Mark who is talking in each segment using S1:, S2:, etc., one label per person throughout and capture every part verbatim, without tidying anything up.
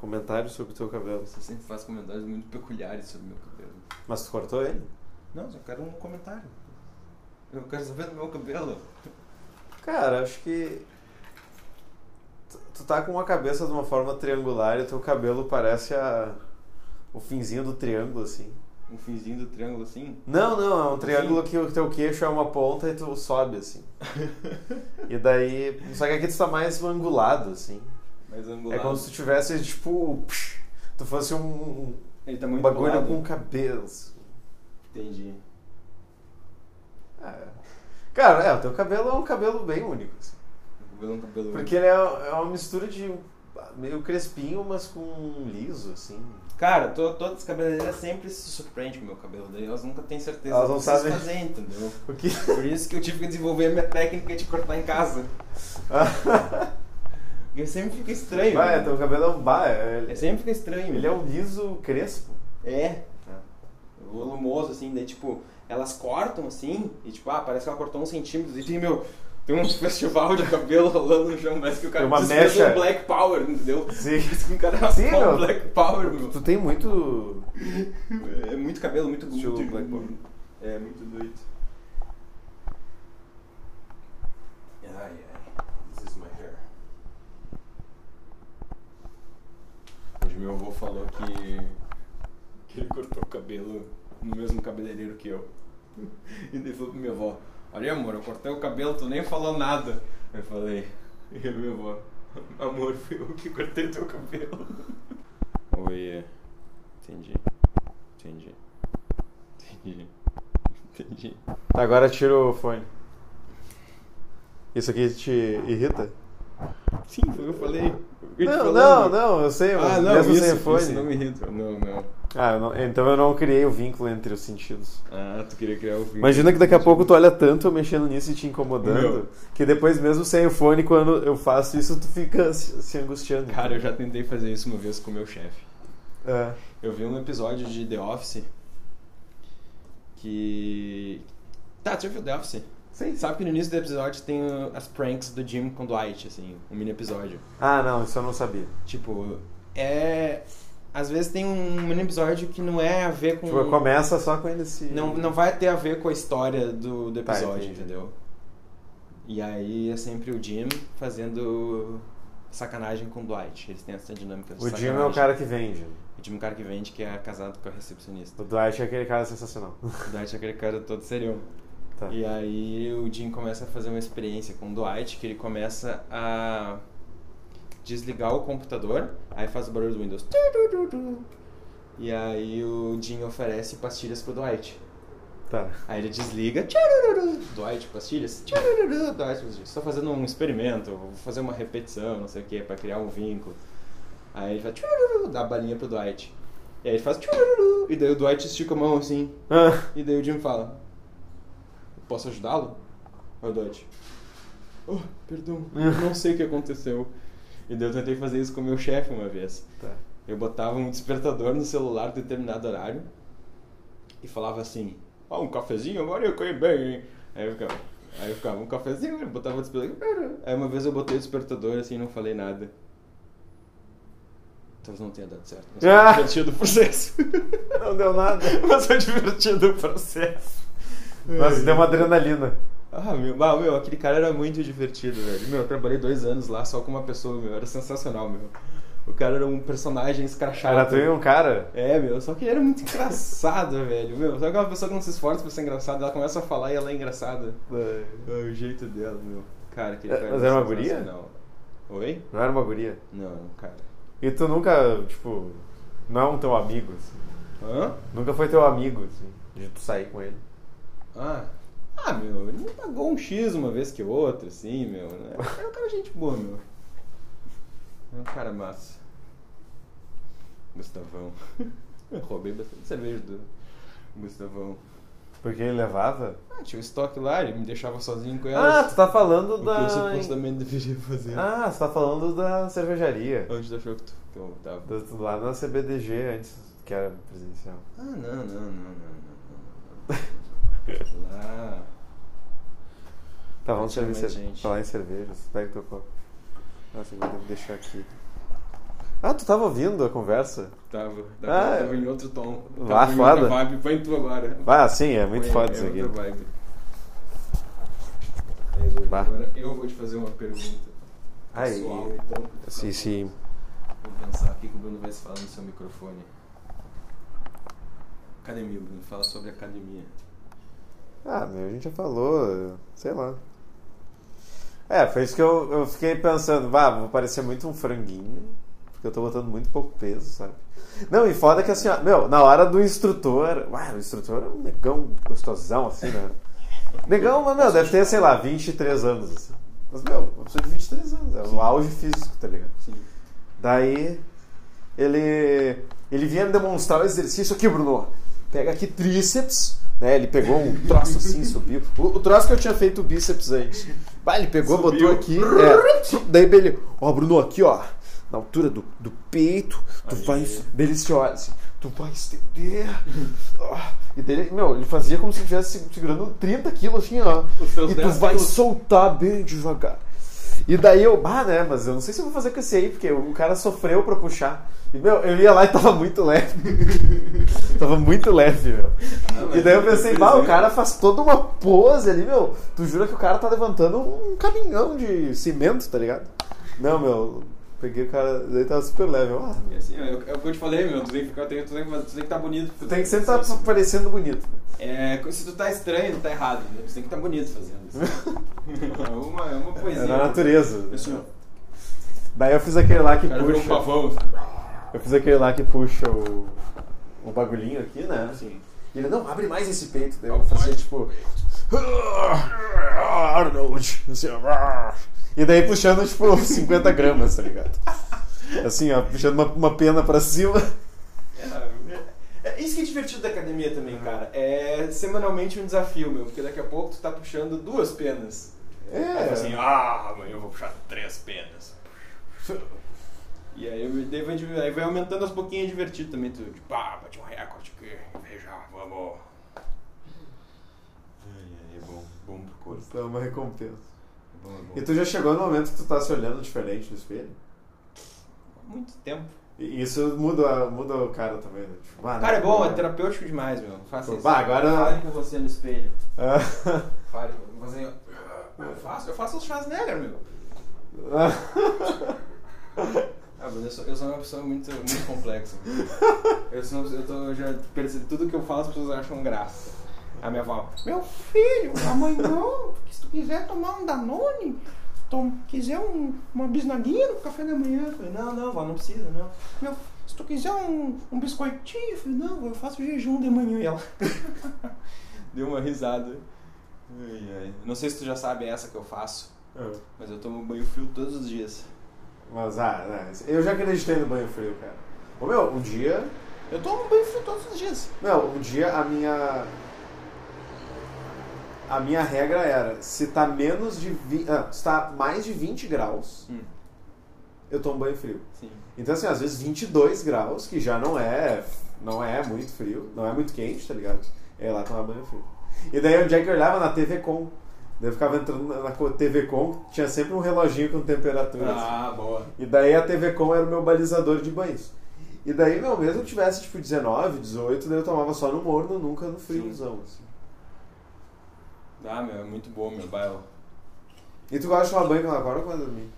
S1: comentários sobre o teu cabelo.
S2: Você sempre faz comentários muito peculiares sobre o meu cabelo.
S1: Mas tu cortou ele?
S2: Não, só quero um comentário. Eu quero saber do meu cabelo.
S1: Cara, acho que tu, tu tá com uma cabeça de uma forma triangular e teu cabelo parece a, o finzinho do triângulo, assim.
S2: Um finzinho do triângulo assim?
S1: Não, não, é um
S2: Um
S1: triângulo
S2: fim?
S1: que o teu queixo é uma ponta e tu sobe, assim. E daí... Só que aqui tu tá mais angulado, assim.
S2: Mais angulado.
S1: É como se tu tivesse, tipo... psh, tu fosse um,
S2: Ele tá
S1: um
S2: muito
S1: bagulho
S2: angulado.
S1: com cabelo, assim.
S2: Entendi.
S1: É. Cara, é, o teu cabelo é um cabelo bem único, assim.
S2: O cabelo é um cabelo...
S1: Porque ele é, é uma mistura de meio crespinho, mas com liso, assim.
S2: Cara, to, todas as cabeleireiras sempre se surpreendem com o meu cabelo. Daí elas nunca têm certeza
S1: Elas
S2: do
S1: não
S2: que vocês
S1: sabem.
S2: fazer, entendeu?
S1: O que...
S2: Por isso que eu tive que desenvolver a minha técnica de cortar em casa. Porque sempre fica estranho.
S1: Ah, é,
S2: né?
S1: teu cabelo é um bar.
S2: É,
S1: É,
S2: sempre fica estranho.
S1: ele é um liso crespo.
S2: É. Volumoso, assim, daí tipo, elas cortam assim, e tipo, ah, parece que ela cortou um centímetro, e tem, meu, tem um festival de cabelo rolando no chão, parece que o cara
S1: Tem uma
S2: desfez
S1: mecha.
S2: um Black Power, entendeu?
S1: Sim.
S2: Parece que o cara
S1: Sim,
S2: raspou
S1: meu.
S2: um Black Power, meu.
S1: Tu tem muito...
S2: É muito cabelo, muito
S1: Estilo
S2: muito,
S1: Black Power.
S2: É, muito doido. Ai, ai, this is my hair. Hoje meu avô falou que, que ele cortou o cabelo no mesmo cabeleireiro que eu. E ele falou pra minha avó: olha, amor, eu cortei o cabelo, tu nem falou nada. Eu falei, e minha avó: amor, fui eu que cortei teu cabelo. Oi, entendi, entendi, entendi, entendi.
S1: Agora tira o fone. Isso aqui te irrita?
S2: Sim, foi o que eu falei. Eu
S1: Não,
S2: falando.
S1: não, não, eu sei, mas
S2: Ah, não,
S1: mesmo
S2: isso,
S1: sem fone.
S2: isso não me irrita. Não, não.
S1: Ah, eu não- então eu não criei o vínculo entre os sentidos.
S2: Ah, tu queria criar o vídeo.
S1: Imagina que daqui a pouco tu olha tanto eu mexendo nisso e te incomodando,
S2: Meu.
S1: que depois mesmo sem o fone, quando eu faço isso, tu fica se, se angustiando.
S2: Cara, eu já tentei fazer isso uma vez com o meu chefe.
S1: É.
S2: Eu vi um episódio de The Office que... Tá, tu já viu The Office?
S1: Sim.
S2: Sabe que no início do episódio tem uh, as pranks do Jim com o Dwight, assim, um mini episódio.
S1: Ah, não, isso eu não sabia.
S2: Tipo, é... Às vezes tem um mini episódio que não é a ver com...
S1: Tipo, começa só com ele se...
S2: Não, não vai ter a ver com a história do, do
S1: Tá,
S2: episódio,
S1: entendi.
S2: entendeu? E aí é sempre o Jim fazendo sacanagem com o Dwight. Eles têm essa dinâmica de
S1: O
S2: sacanagem.
S1: Jim é o cara que vende.
S2: O Jim é o cara que vende, que é casado com a recepcionista.
S1: O Dwight é aquele cara sensacional.
S2: O Dwight é aquele cara todo serião.
S1: Tá.
S2: E aí o Jim começa a fazer uma experiência com o Dwight, que ele começa a desligar o computador, aí faz o barulho do Windows. E aí o Jim oferece pastilhas pro Dwight.
S1: Tá.
S2: Aí ele desliga, Dwight, pastilhas, Dwight, pastilhas. Estou fazendo um experimento, vou fazer uma repetição, não sei o que, pra criar um vínculo. Aí ele vai, dá a balinha pro Dwight. E aí ele faz, e daí o Dwight estica a mão assim.
S1: Ah,
S2: E daí o Jim fala: posso ajudá-lo? Aí o Dwight: oh, perdão, eu não sei o que aconteceu. E daí eu tentei fazer isso com o meu chefe uma vez.
S1: tá.
S2: Eu botava um despertador no celular em determinado horário e falava assim: ah, um cafezinho agora eu caí bem, hein? Aí eu ficava, aí eu ficava um cafezinho, eu botava o despertador. Aí uma vez eu botei o despertador assim e não falei nada. Talvez não tenha dado certo. Mas foi
S1: Ah!
S2: divertido o processo.
S1: Não deu nada.
S2: Mas foi divertido o processo.
S1: Mas deu uma adrenalina.
S2: Ah, meu, ah, meu, aquele cara era muito divertido, velho. Meu, eu trabalhei dois anos lá só com uma pessoa, meu, era sensacional, meu. O cara era um personagem escrachado.
S1: Era tu e um cara?
S2: É, meu, só que ele era muito engraçado, velho. Meu, sabe aquela pessoa que não se esforça pra ser engraçada, ela começa a falar e ela é engraçada.
S1: É.
S2: É o jeito dela, meu. Cara, aquele
S1: É,
S2: cara
S1: mas era uma guria?
S2: sensacional. Oi?
S1: Não era uma guria?
S2: Não, cara.
S1: E tu nunca, tipo, não é um teu amigo, assim?
S2: Hã?
S1: Nunca foi teu amigo, assim, de tu sair com ele?
S2: Ah. Ah, meu, ele me pagou um X uma vez que outra, assim, meu. Né? Era um cara gente boa, meu. Era um cara massa. Gustavão. Eu roubei bastante cerveja do Gustavão.
S1: Porque ele levava?
S2: Ah, tinha o estoque lá, ele me deixava sozinho com elas.
S1: Ah, tu tá falando
S2: O que
S1: da...
S2: eu supostamente deveria fazer.
S1: Ah, você tá falando da cervejaria.
S2: Onde tu achou que, tu, que eu tava?
S1: Do- Lá na C B D G, antes que era presencial.
S2: Ah, não, não, não, não, não, não, não. Lá.
S1: Tá, vamos
S2: Tinha
S1: servir
S2: mais
S1: cerveja.
S2: gente.
S1: Falar em cervejas. Pega teu copo. Nossa, eu vou deixar aqui. Ah, tu tava ouvindo a conversa?
S2: Tava.
S1: Ah,
S2: Tava, tava em outro tom.
S1: Lá,
S2: Tava em
S1: foda.
S2: outra vibe. Põe tu agora.
S1: Ah, sim, é muito
S2: Põe,
S1: foda
S2: é
S1: isso aqui.
S2: outra vibe.
S1: Bah.
S2: Agora eu vou te fazer uma pergunta.
S1: Ai,
S2: Pessoal, então.
S1: sim, sim.
S2: Vou pensar aqui que o Bruno vai se falar no seu microfone. Academia, Bruno. Fala sobre academia.
S1: Ah, meu, a gente já falou, sei lá. É, foi isso que eu, eu fiquei pensando, vá, vou parecer muito um franguinho, porque eu tô botando muito pouco peso, sabe? Não, e foda que assim, ó, meu, na hora do instrutor, ué, o instrutor é um negão gostosão, assim, né? Negão, mas, meu, deve ter, sei lá, vinte e três anos, assim. Mas, meu, uma pessoa de vinte e três anos, é o auge físico, tá ligado?
S2: Sim.
S1: Daí, ele, ele vinha me demonstrar o exercício aqui, Bruno. Pega aqui tríceps, né? Ele pegou um troço assim, subiu. O, o troço que eu tinha feito o bíceps antes. Bah, ele pegou, subiu. Botou aqui. É, daí ele, ó, Bruno, aqui, ó, na altura do, do peito, tu aí. Vai. Daí ele se olha assim, tu vai estender. E daí, meu, ele fazia como se estivesse segurando trinta quilos assim, ó. E tu vai quilos. Soltar bem devagar. E daí eu, ah, né, mas eu não sei se eu vou fazer com esse aí, porque o cara sofreu pra puxar. E, meu, eu ia lá e tava muito leve. Tava muito leve, meu. Ah, e daí eu pensei, bah, o cara faz toda uma pose ali, meu. Tu jura que o cara tá levantando um caminhão de cimento, tá ligado? Não, meu, peguei o cara, daí tava super leve. Ah,
S2: é, assim, é, é o que eu te falei, meu, tu tem que ficar, tu tem, tu tem que estar tá bonito.
S1: Tu tem que sempre estar tá parecendo bonito.
S2: É, se tu tá estranho, tu tá errado, né? Tu tem que estar tá bonito fazendo isso. é, uma, é uma poesia.
S1: É na natureza.
S2: Assim,
S1: daí eu fiz aquele lá que
S2: puxa. Um pavão.
S1: Eu fiz aquele lá que puxa o, o bagulhinho aqui, né?
S2: Sim.
S1: E ele, não, abre mais esse peito. Daí eu fazia tipo. Arnold. E daí puxando tipo cinquenta gramas, tá ligado? Assim, ó, puxando uma, uma pena pra cima.
S2: É, é isso que é divertido da academia também, cara. É semanalmente um desafio, meu. Porque daqui a pouco tu tá puxando duas penas.
S1: É.
S2: Aí assim, ah, amanhã eu vou puxar três penas. E aí, daí vai, aí vai aumentando aos pouquinhos, é divertido também. Tu, tipo, ah, bate um recorde aqui, veja, vamos. É, é bom, bom pro corpo.
S1: Isso é uma recompensa.
S2: É bom, é bom.
S1: E tu já chegou no momento que tu tá se olhando diferente no espelho?
S2: Há muito tempo.
S1: E isso muda, muda o cara também, né? Tipo, ah,
S2: cara,
S1: não,
S2: é bom,
S1: não,
S2: é terapêutico demais, meu. Faça isso.
S1: Bah, agora...
S2: Fale com você no espelho. Fale com você. Eu faço, eu faço os Schwarzenegger, meu. Ah, mas eu sou, eu sou uma pessoa muito, muito complexa. Eu, sou, eu tô, já percebi tudo que eu falo, as pessoas acham graça. A minha avó, meu filho, amanhã, se tu quiser tomar um Danone, tom, quiser um, uma bisnaguinha no café da manhã. Eu falei, não, não, vó, não precisa, não. Meu, se tu quiser um, um biscoitinho, eu falei, não, eu faço jejum de manhã. E ela deu uma risada. Ai, ai. Não sei se tu já sabe essa que eu faço,
S1: uhum.
S2: Mas eu tomo banho frio todos os dias.
S1: Mas, ah, né, eu já acreditei no banho frio, cara. Ô, meu, um dia...
S2: Eu tomo banho frio todos os dias.
S1: Não, um dia a minha... A minha regra era, se tá menos de... Vi... Ah, se tá mais de vinte graus, hum. eu tomo banho frio.
S2: Sim.
S1: Então, assim, às vezes vinte e dois graus, que já não é, não é muito frio, não é muito quente, tá ligado? É lá tomar banho frio. E daí, onde é que eu olhava? Na T V Com. Daí eu ficava entrando na T V Com, tinha sempre um reloginho com temperatura.
S2: Ah,
S1: assim.
S2: Boa.
S1: E daí a T V Com era o meu balizador de banhos. E daí, meu, mesmo que eu tivesse tipo dezenove, dezoito, daí eu tomava só no morno, nunca no friozão. Assim.
S2: Ah, meu, é muito bom, meu bairro.
S1: E tu gosta de tomar banho quando acorda ou quando dormir?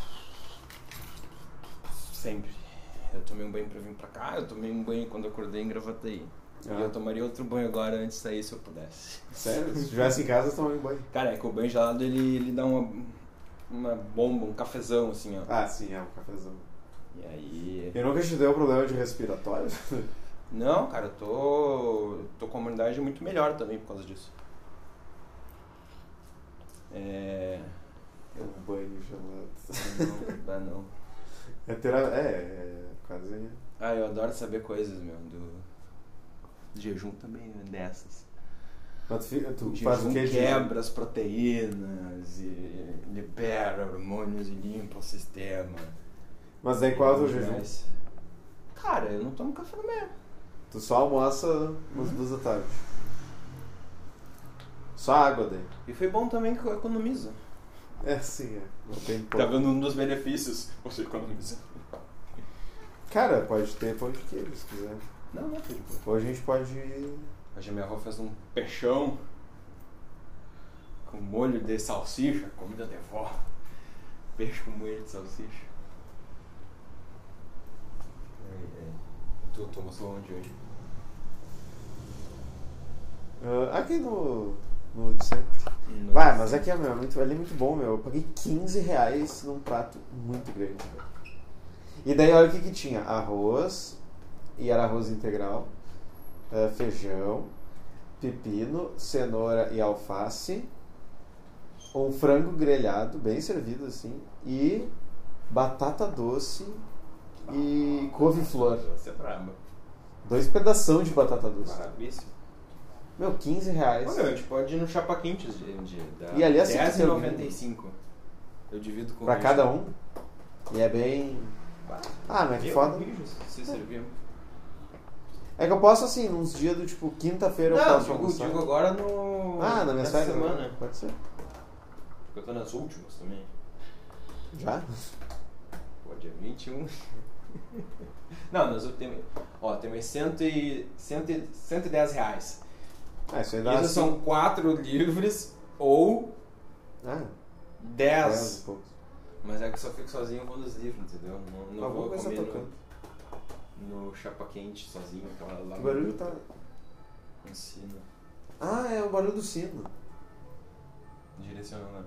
S2: Sempre. Eu tomei um banho pra vir pra cá, eu tomei um banho quando acordei em Gravataí. Ah. E eu tomaria outro banho agora antes de sair se eu pudesse.
S1: Sério? Se estivesse em casa, eu tomaria um banho.
S2: Cara, é que o banho gelado ele, ele dá uma, uma bomba, um cafezão assim, ó.
S1: Ah, sim, é um cafezão.
S2: E aí...
S1: E nunca te deu problema de respiratório?
S2: Não, cara, eu tô, tô com a imunidade muito melhor também por causa disso. É...
S1: É um banho gelado.
S2: Não, dá não.
S1: É, tera... é, é quase...
S2: Ah, eu adoro saber coisas, meu, do... Jejum também é dessas.
S1: Mas tu, tu
S2: o
S1: faz o que?
S2: Quebra as proteínas e libera hormônios e limpa o sistema.
S1: Mas daí qual é o teu jejum?
S2: Cara, eu não tomo café da manhã.
S1: Tu só almoça umas
S2: uhum.
S1: duas da tarde. Só água daí.
S2: E foi bom também que eu economizo.
S1: É, sim, é. Não tem
S2: pouco. Tá vendo um dos benefícios? Você economiza.
S1: Cara, pode ter pão de queijo, se quiser.
S2: Não, não, tudo bem.
S1: Ou a gente pode...
S2: Hoje a minha avó fez um peixão com molho de salsicha, comida de vó. Peixe com molho de salsicha. É, é. Tu almoçou onde hoje?
S1: Uh, aqui no... no de sempre.
S2: No
S1: Vai,
S2: de
S1: mas
S2: sempre.
S1: aqui é, meu, muito, ali é muito bom, meu. Eu paguei quinze reais num prato muito grande, meu. E daí olha o que que tinha. Arroz, e era arroz integral, uh, feijão, pepino, cenoura e alface, um frango grelhado, bem servido assim, e batata doce e couve-flor.
S2: Você é braba.
S1: Dois pedação de batata doce.
S2: Maravilha.
S1: Meu, quinze reais.
S2: Ô, meu, a gente pode ir no Chapa Quentes de, de, da
S1: E ali é assim que
S2: dez
S1: você
S2: e noventa e cinco. Eu divido com
S1: Pra
S2: o Rijo.
S1: cada um. E é bem... Ah, mas que
S2: Eu
S1: foda.
S2: com o Rijo, se serviam.
S1: É que eu posso assim, nos dias do tipo, quinta-feira eu
S2: Não,
S1: posso
S2: digo,
S1: almoçar.
S2: digo agora no...
S1: Ah, na minha
S2: nessa
S1: série?
S2: semana.
S1: Pode ser.
S2: Porque eu tô nas últimas também.
S1: Já?
S2: Pô, dia vinte e um. Não, nós temos... Ó, temos cento e, cento e, cento e dez reais.
S1: Ah, isso aí dá
S2: Esses
S1: assim...
S2: são quatro livres ou
S1: Ah,
S2: dez.
S1: dez e poucos.
S2: Mas é que eu só fico sozinho quando os livros, entendeu? Não, não
S1: Alguma
S2: vou
S1: coisa
S2: comer
S1: tocando.
S2: no, no chapa quente sozinho. Aquela lá
S1: Que barulho
S2: no-
S1: tá...
S2: no sino.
S1: Ah, é o barulho do sino.
S2: Direcionando.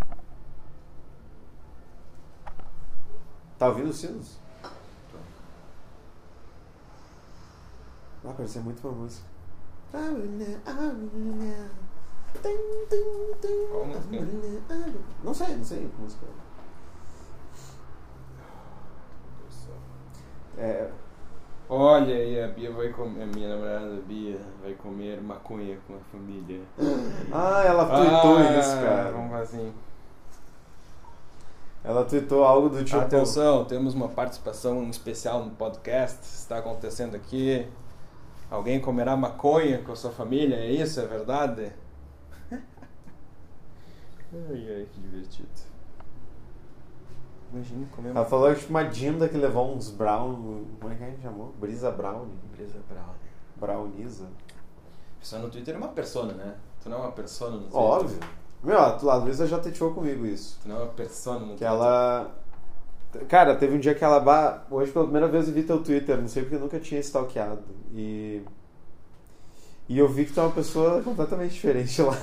S1: Tá ouvindo os sinos? Ah, parecia muito uma música.
S2: Qual música?
S1: Não sei, não sei que música é. É...
S2: Olha aí, a Bia vai comer, a minha namorada Bia vai comer maconha com a família.
S1: Ah, ela tweetou
S2: Ah,
S1: isso, cara.
S2: Vamos assim.
S1: Ela tweetou algo do tipo...
S2: Atenção, temos uma participação especial no podcast. Está acontecendo aqui. Alguém comerá maconha com a sua família? É isso? É verdade? Ai, ai, que divertido. Imagina comer
S1: Ela falou que tipo uma Dinda que levou uns brown... Como é que a gente chamou? Brisa Brown.
S2: Brisa Brown.
S1: Browniza.
S2: Pessoal no Twitter é uma persona, né? Tu não é uma persona no Twitter.
S1: Óbvio. Meu, a a Luísa já teteou comigo isso.
S2: Tu não é uma persona no
S1: Que
S2: Twitter.
S1: ela... Cara, teve um dia que ela... Bah, hoje pela primeira vez eu vi teu Twitter. Não sei porque eu nunca tinha stalkeado. E... E eu vi que tu é uma pessoa completamente diferente lá.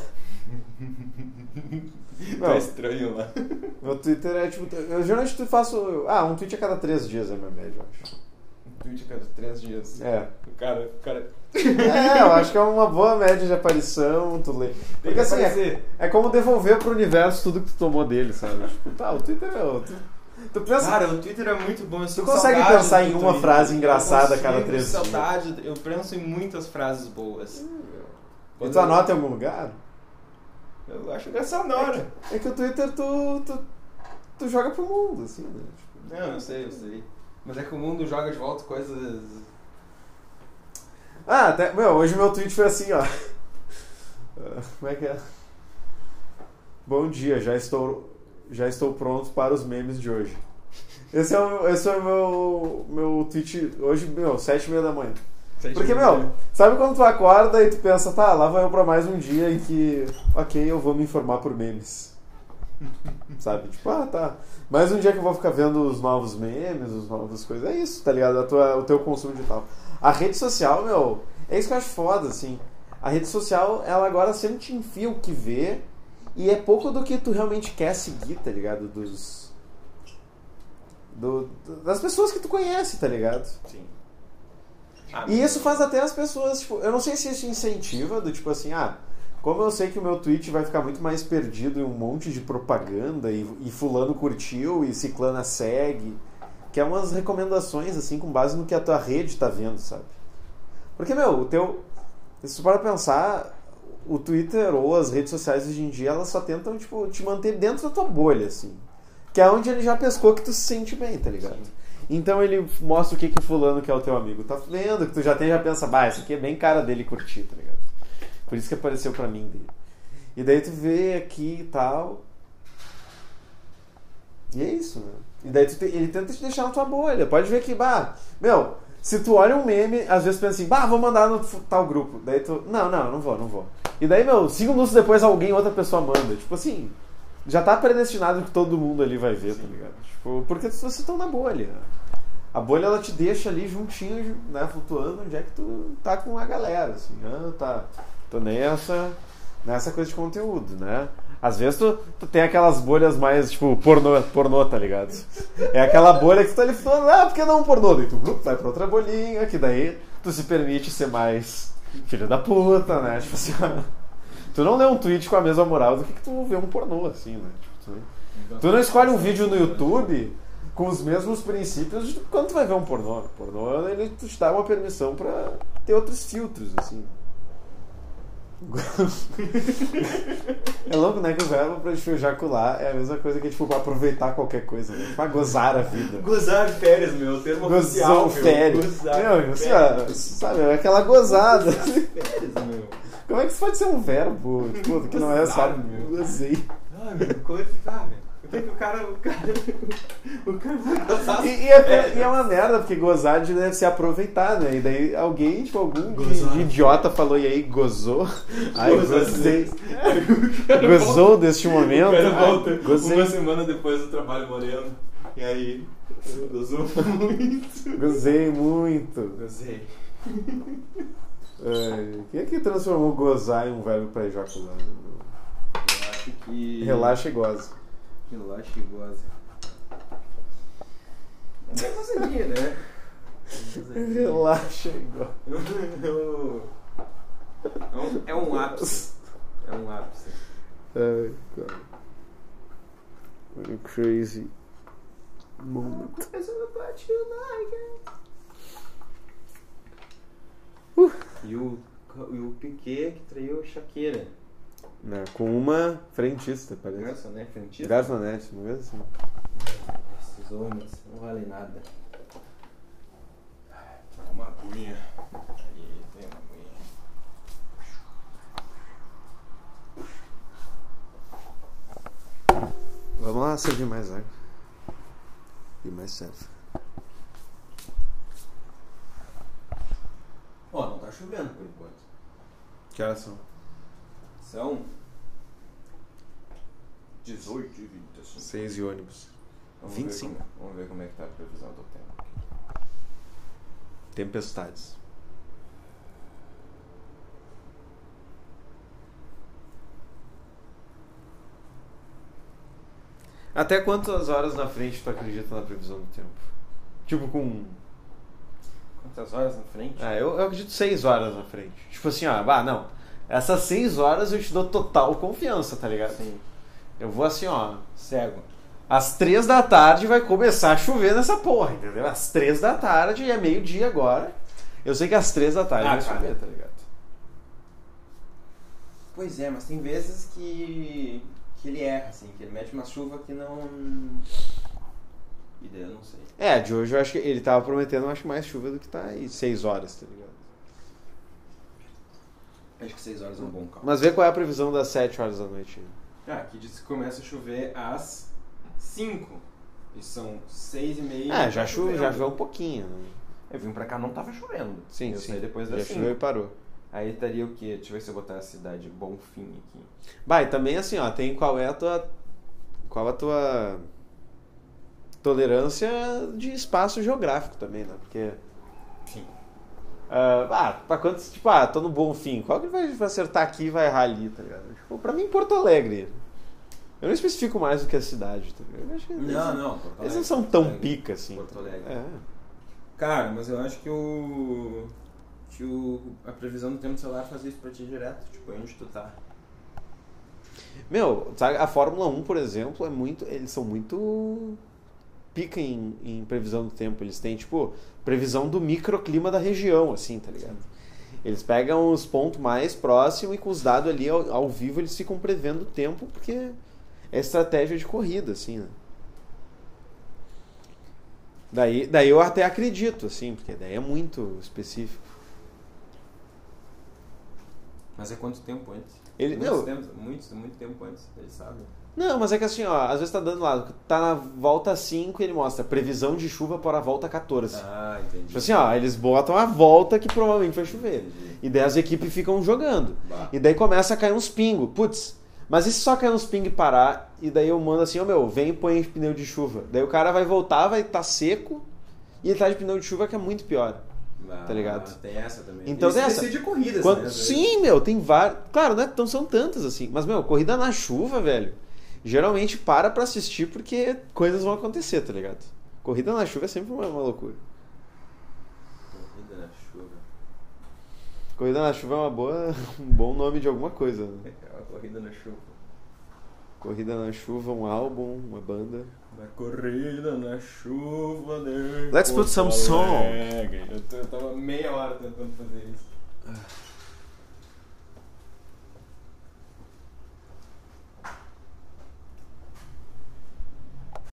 S2: Tá
S1: Meu,
S2: estranho lá.
S1: meu Twitter é tipo... Eu geralmente faço... Ah, um tweet a cada três dias é a minha média, eu acho.
S2: Um tweet a cada três dias.
S1: É.
S2: O cara... O cara...
S1: É, eu acho que é uma boa média de aparição, tu lê. Porque assim, é, é como devolver pro universo tudo que tu tomou dele, sabe? Tipo, tá, o Twitter é outro. Tu pensa...
S2: Cara, o Twitter é muito bom. Eu
S1: Tu
S2: sinto
S1: consegue
S2: saudade
S1: pensar
S2: do
S1: em uma
S2: Twitter.
S1: frase engraçada a
S2: Eu
S1: cada
S2: consigo,
S1: três dias?
S2: saudade. Eu penso em muitas frases boas.
S1: E tu anota em algum lugar?
S2: Eu acho engraçado na hora.
S1: É que o Twitter tu, tu, tu joga pro mundo, assim, né? Tipo,
S2: Não, eu sei, eu sei. Mas é que o mundo joga de volta coisas...
S1: Ah, até, meu, hoje meu tweet foi assim, ó. Ah, Como é que é? Bom dia, já estou, já estou pronto para os memes de hoje. Esse é o, esse é o meu, meu tweet hoje, meu, sete e meia da manhã. Porque, meu, sabe quando tu acorda e tu pensa, tá, lá vou eu pra mais um dia em que, ok, eu vou me informar por memes. Sabe? Tipo, ah, tá. Mais um dia que eu vou ficar vendo os novos memes, os novas coisas. É isso, tá ligado? A tua, o teu consumo digital. A rede social, meu, é isso que eu acho foda, assim. A rede social, ela agora sempre te enfia o que vê e é pouco do que tu realmente quer seguir, tá ligado? Dos... Do, das pessoas que tu conhece, tá ligado?
S2: Sim. Ah,
S1: E isso faz até as pessoas, tipo, eu não sei se isso incentiva, do tipo assim, ah, como eu sei que o meu tweet vai ficar muito mais perdido em um monte de propaganda e, e fulano curtiu e ciclana segue, que é umas recomendações, assim, com base no que a tua rede tá vendo, sabe? Porque, meu, o teu... Se tu para pensar, o Twitter ou as redes sociais hoje em dia, elas só tentam, tipo, te manter dentro da tua bolha, assim. Que é onde ele já pescou que tu se sente bem, tá ligado?
S2: Sim.
S1: Então ele mostra o que, que o fulano que é o teu amigo tá vendo, que tu já tem, já pensa, bah, isso aqui é bem cara dele curtir, tá ligado? Por isso que apareceu pra mim dele. E daí tu vê aqui e tal. E é isso, né? E daí tu te, ele tenta te deixar na tua bolha. Pode ver que, bah, meu, se tu olha um meme, às vezes pensa assim, bah, vou mandar no tal grupo. Daí tu, não, não, não vou, não vou. E daí, meu, cinco minutos depois alguém, outra pessoa manda. Tipo assim, já tá predestinado que todo mundo ali vai ver, tá ligado? Tipo, porque vocês estão na bolha. A bolha, ela te deixa ali juntinho, né, flutuando, onde é que tu tá com a galera, assim, ah, tá, tô nessa, nessa coisa de conteúdo, né? Às vezes tu, tu tem aquelas bolhas mais, tipo, pornô, pornô, tá ligado? É aquela bolha que tu tá ali falando, ah, por que não pornô? Daí tu uh, vai pra outra bolinha, que daí tu se permite ser mais filho da puta, né? Tipo assim, tu não lê um tweet com a mesma moral do que, que tu vê um pornô, assim, né? Tipo, tu, tu não escolhe um vídeo no YouTube com os mesmos princípios de quando tu vai ver um pornô. O pornô, ele te dá uma permissão pra ter outros filtros, assim. É louco, né? Que o verbo pra tipo, ejacular é a mesma coisa que tipo, pra aproveitar qualquer coisa, né? Pra gozar a vida.
S2: Gozar férias, meu, termo oficial.
S1: Gozou férias.
S2: Gozar
S1: meu, assim, ó, sabe, é aquela gozada.
S2: Férias, meu.
S1: Como é que isso pode ser um verbo? Tipo, que não é só. Gozei.
S2: Ah, meu, como é que tá, velho? O que o cara. O cara. O cara vai gozar.
S1: E, e, é, e é uma merda, porque gozar deve ser aproveitar, né? E daí alguém, tipo, algum de, de idiota falou, e aí, gozou? Ai, gozei. Gozou
S2: volta,
S1: deste momento?
S2: O cara volta
S1: ai, gozei.
S2: Uma semana depois do trabalho moreno. E aí? Gozou muito.
S1: Gozei muito.
S2: Gozei.
S1: É, quem é que transformou gozar em um verbo pra ejacular?
S2: Eu acho que.
S1: Relaxa e goza.
S2: Relaxa e goza. É uma gozadinha, né?
S1: Relaxa e goza.
S2: É um ápice. É um ápice.
S1: Ai, cara. Crazy moment.
S2: Uh. E o, e o Piquet que traiu a Shakira.
S1: Né, com uma frentista, parece.
S2: Garçonete, frentista?
S1: Garçonete, não é assim?
S2: Esses homens não valem nada. Uma aguinha. Aí, tem uma aguinha.
S1: Vamos lá servir mais água. E mais serve.
S2: Ó, oh, não tá chovendo por enquanto.
S1: Que horas são?
S2: São dezoito e vinte e cinco.
S1: seis e ônibus.
S2: Vamos
S1: vinte e
S2: ver
S1: cinco.
S2: Como, vamos ver como é que tá a previsão do tempo.
S1: Tempestades. Até quantas horas na frente tu acredita na previsão do tempo? Tipo com...
S2: Quantas horas na frente?
S1: Ah, eu, eu acredito seis horas na frente. Tipo assim, ó, ah, não. Essas seis horas eu te dou total confiança, tá ligado?
S2: Sim.
S1: Eu vou assim, ó.
S2: Cego.
S1: Às três da tarde vai começar a chover nessa porra, entendeu? Às três da tarde, é meio-dia agora. Eu sei que às três da tarde
S2: Ah,
S1: vai
S2: cara.
S1: chover, tá ligado?
S2: Pois é, mas tem vezes que, que ele erra, assim, que ele mete uma chuva que não... E daí eu não sei.
S1: É, de hoje eu acho que ele tava prometendo, eu acho, mais chuva do que tá aí. Seis horas, tá ligado?
S2: Acho que seis horas é um bom cálculo.
S1: Mas vê qual é a previsão das sete horas da noite.
S2: Ah, aqui diz que começa a chover às cinco. E são seis e meia.
S1: É, já
S2: tá
S1: choveu, já
S2: chovendo.
S1: choveu um pouquinho. Né?
S2: Eu vim pra cá, não tava chovendo.
S1: Sim,
S2: eu
S1: sim.
S2: saí depois das
S1: já
S2: cinco.
S1: choveu e parou.
S2: Aí estaria o quê? Deixa eu ver se eu botar a cidade Bonfim aqui.
S1: Bah, e também assim, ó, tem qual é a tua... Qual a tua... tolerância de espaço geográfico também, né? Porque...
S2: Sim.
S1: Uh, ah, pra quantos... Tipo, ah, tô no Bonfim. Qual que vai acertar aqui e vai errar ali, tá ligado? Tipo, pra mim, Porto Alegre. Eu não especifico mais do que a cidade, tá ligado? Eu acho que eles,
S2: Não, não. Porto
S1: eles não
S2: Alegre,
S1: são
S2: Porto
S1: tão
S2: Alegre,
S1: pica, assim.
S2: Porto Alegre.
S1: É.
S2: Cara, mas eu acho que o... Que o... A previsão do tempo do celular faz isso pra ti direto. Tipo, onde tu tá.
S1: Meu, sabe, a Fórmula um, por exemplo, é muito... Eles são muito... pica em, em previsão do tempo. Eles têm, tipo, previsão do microclima da região, assim, tá ligado? Eles pegam os pontos mais próximos e com os dados ali ao, ao vivo eles ficam prevendo o tempo, porque é estratégia de corrida, assim, né? Daí, daí eu até acredito, assim, porque daí é muito específico.
S2: Mas é quanto tempo antes?
S1: Ele,
S2: Muitos
S1: meu,
S2: tempos, muitos, muito tempo antes, eles sabem.
S1: Não, mas é que assim, ó, às vezes tá dando lá, tá na volta cinco e ele mostra previsão de chuva para a volta quatorze.
S2: Ah, entendi.
S1: Tipo assim, ó, eles botam a volta que provavelmente vai chover.
S2: Entendi.
S1: E daí as equipes ficam jogando.
S2: Bah.
S1: E daí começa a cair uns pingos. Putz, mas e se só cair uns pingos e parar? E daí eu mando assim, ô meu, vem e põe pneu de chuva. Daí o cara vai voltar, vai estar tá seco e ele tá de pneu de chuva que é muito pior.
S2: Ah,
S1: tá ligado?
S2: Tem essa também.
S1: Então
S2: Isso
S1: tem essa.
S2: decide corridas,
S1: Quando...
S2: né?
S1: Sim, meu, tem vários. Claro, né? Então são tantas assim. Mas, meu, corrida na chuva, velho. Geralmente para pra assistir porque coisas vão acontecer, tá ligado? Corrida na chuva é sempre uma, uma loucura.
S2: Corrida na chuva.
S1: Corrida na chuva é uma boa, um bom nome de alguma coisa. Né?
S2: É uma corrida na chuva.
S1: Corrida na chuva, um álbum, uma banda.
S2: Uma corrida na chuva, né?
S1: Let's put some song.
S2: Eu, eu tava meia hora tentando fazer isso.